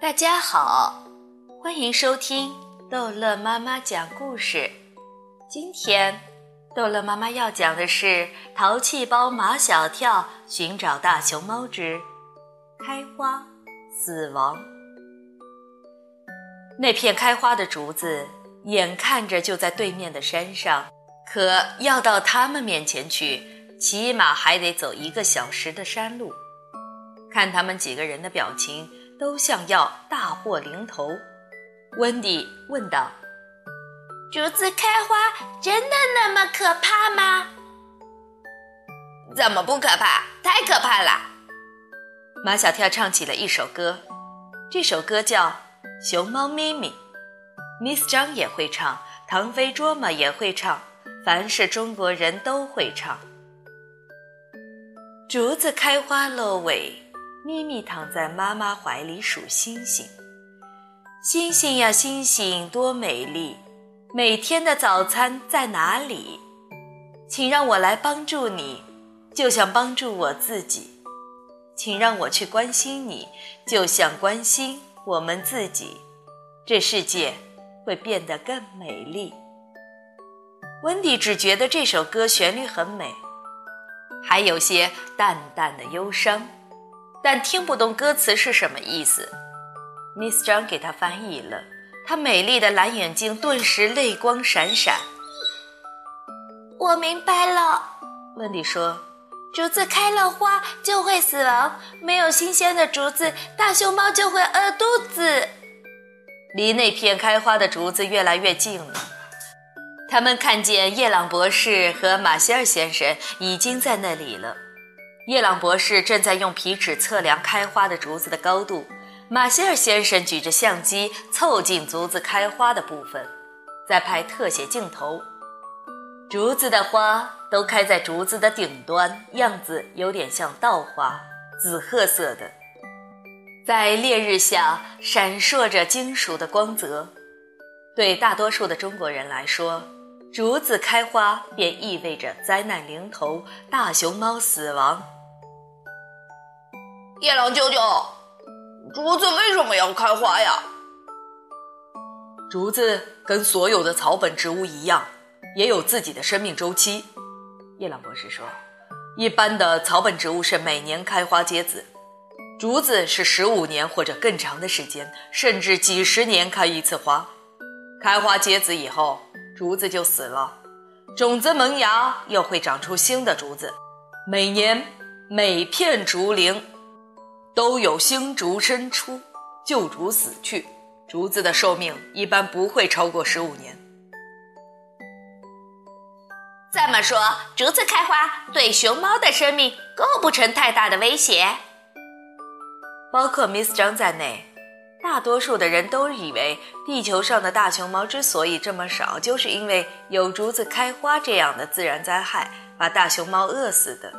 大家好，欢迎收听逗乐妈妈讲故事。今天逗乐妈妈要讲的是淘气包马小跳寻找大熊猫之开花死亡。那片开花的竹子眼看着就在对面的山上，可要到他们面前去，起码还得走1个小时的山路。看他们几个人的表情都像要大祸临头。温迪问道： 竹子开花真的那么可怕吗？ 怎么不可怕？太可怕了！马小跳唱起了一首歌，这首歌叫《熊猫咪咪》。Miss 张也会唱，唐飞卓玛也会唱，凡是中国人都会唱。竹子开花喽喂，咪咪躺在妈妈怀里数星星。星星呀星星多美丽，每天的早餐在哪里？请让我来帮助你，就像帮助我自己。请让我去关心你，就像关心我们自己。这世界会变得更美丽。温迪只觉得这首歌旋律很美，还有些淡淡的忧伤，但听不懂歌词是什么意思。Miss 张给他翻译了，她美丽的蓝眼睛顿时泪光闪闪。 我明白了， 温迪说， 竹子开了花就会死亡，没有新鲜的竹子，大熊猫就会饿肚子。 离那片开花的竹子越来越近了，他们看见叶朗博士和马歇尔先生已经在那里了。叶朗博士正在用皮尺测量开花的竹子的高度，马歇尔先生举着相机凑近竹子开花的部分，在拍特写镜头。竹子的花都开在竹子的顶端，样子有点像稻花，紫褐色的，在烈日下闪烁着金属的光泽。对大多数的中国人来说，竹子开花便意味着灾难临头，大熊猫死亡。 叶朗舅舅，竹子为什么要开花呀？ 竹子跟所有的草本植物一样，也有自己的生命周期。 叶朗博士说， 一般的草本植物是每年开花结籽，竹子是15年或者更长的时间，甚至几十年开一次花。开花结籽以后，竹子就死了，种子萌芽，又会长出新的竹子。每年每片竹林都有新竹生出，旧竹死去，竹子的寿命一般不会超过15年。 这么说，竹子开花对熊猫的生命构不成太大的威胁。 包括 Miss 张在内，大多数的人都以为地球上的大熊猫之所以这么少，就是因为有竹子开花这样的自然灾害把大熊猫饿死的。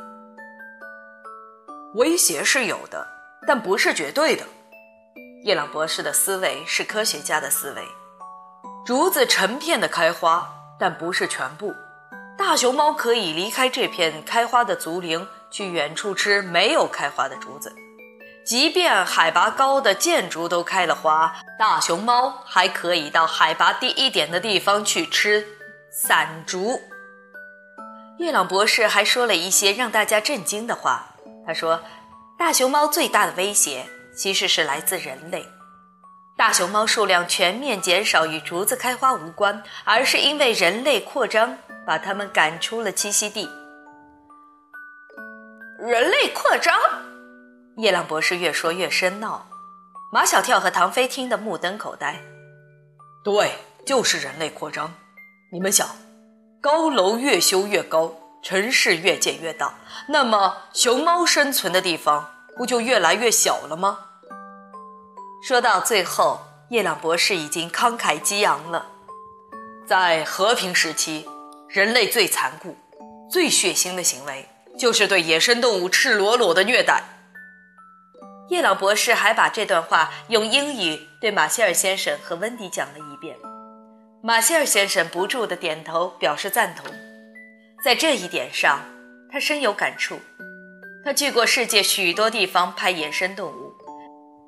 威胁是有的，但不是绝对的。 叶朗博士的思维是科学家的思维。 竹子成片的开花，但不是全部。大熊猫可以离开这片开花的竹林，去远处吃没有开花的竹子。即便海拔高的建筑都开了花，大熊猫还可以到海拔低一点的地方去吃散竹。 叶朗博士还说了一些让大家震惊的话。他说，大熊猫最大的威胁其实是来自人类。大熊猫数量全面减少与竹子开花无关，而是因为人类扩张把它们赶出了栖息地。 人类扩张？ 叶朗博士越说越深闹，马小跳和唐飞听得目瞪口呆。 对，就是人类扩张。你们想，高楼越修越高，城市越建越大，那么熊猫生存的地方不就越来越小了吗？ 说到最后，叶朗博士已经慷慨激昂了。 在和平时期，人类最残酷、最血腥的行为就是对野生动物赤裸裸的虐待。 叶朗博士还把这段话用英语对马歇尔先生和温迪讲了一遍。马歇尔先生不住地点头表示赞同。在这一点上，他深有感触。他去过世界许多地方拍野生动物，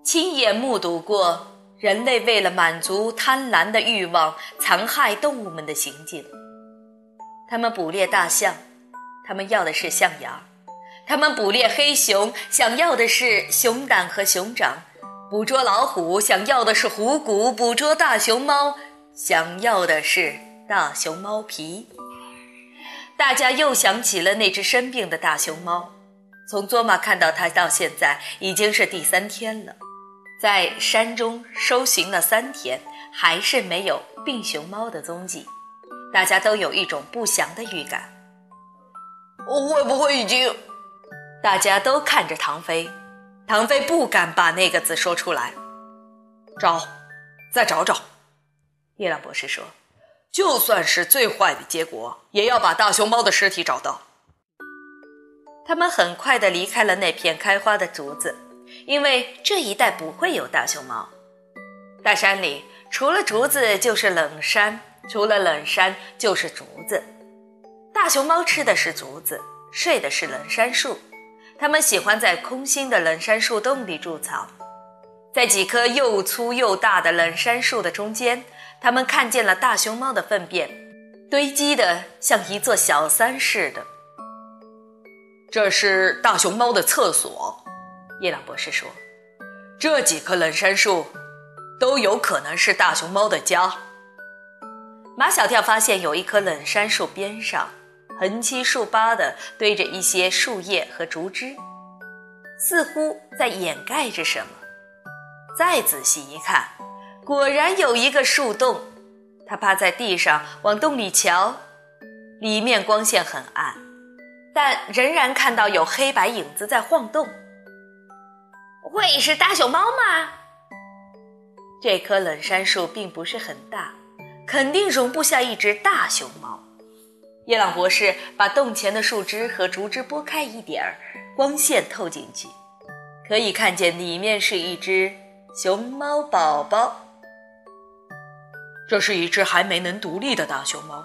亲眼目睹过人类为了满足贪婪的欲望残害动物们的行径。他们捕猎大象，他们要的是象牙；他们捕猎黑熊，想要的是熊胆和熊掌；捕捉老虎，想要的是虎骨；捕捉大熊猫，想要的是大熊猫皮。大家又想起了那只生病的大熊猫，从佐玛看到它到现在已经是第3天了。在山中搜寻了3天，还是没有病熊猫的踪迹。大家都有一种不祥的预感。 会不会已经…… 大家都看着唐飞，唐飞不敢把那个字说出来。 再找找。 叶朗博士说， 就算是最坏的结果，也要把大熊猫的尸体找到。 他们很快地离开了那片开花的竹子，因为这一带不会有大熊猫。大山里除了竹子就是冷杉，除了冷杉就是竹子。大熊猫吃的是竹子，睡的是冷杉树。它们喜欢在空心的冷杉树洞里筑巢。在几棵又粗又大的冷杉树的中间，他们看见了大熊猫的粪便，堆积的像一座小山似的。 这是大熊猫的厕所， 叶朗博士说。 这几棵冷杉树都有可能是大熊猫的家。 马小跳发现有一棵冷杉树边上横七竖八地堆着一些树叶和竹枝，似乎在掩盖着什么。再仔细一看，果然有一个树洞。他趴在地上往洞里瞧，里面光线很暗，但仍然看到有黑白影子在晃动。 会是大熊猫吗？ 这棵冷杉树并不是很大，肯定容不下一只大熊猫。叶朗博士把洞前的树枝和竹枝拨开一点儿，光线透进去，可以看见里面是一只熊猫宝宝。 这是一只还没能独立的大熊猫。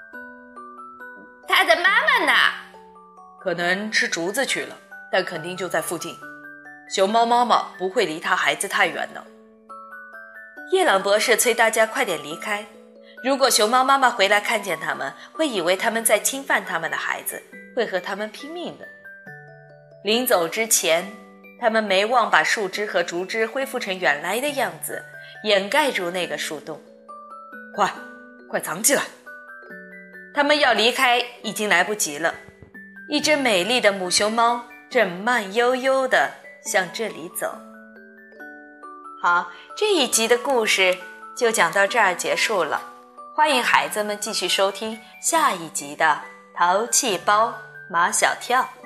它的妈妈呢？ 可能吃竹子去了，但肯定就在附近。熊猫妈妈不会离它孩子太远的。 叶朗博士催大家快点离开，如果熊猫妈妈回来看见他们，会以为他们在侵犯他们的孩子，会和他们拼命的。临走之前，他们没忘把树枝和竹枝恢复成原来的样子，掩盖住那个树洞。 快藏起来！ 他们要离开已经来不及了。一只美丽的母熊猫正慢悠悠地向这里走。好，这一集的故事就讲到这儿结束了。欢迎孩子们继续收听下一集的《淘气包马小跳》。